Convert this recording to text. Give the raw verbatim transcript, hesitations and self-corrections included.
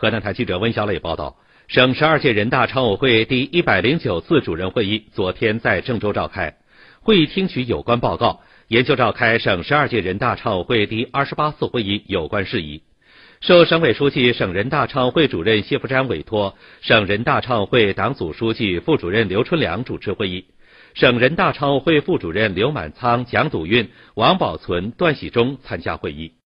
河南台记者温小磊报道，省十二届人大常委会第一百零九次主任会议昨天在郑州召开。会议听取有关报告，研究召开省十二届人大常委会第二十八次会议有关事宜。受省委书记、省人大常委会主任谢伏瞻委托，省人大常委会党组书记、副主任刘春良主持会议。省人大常委会副主任刘满仓、蒋笃运、王宝存、段喜忠参加会议。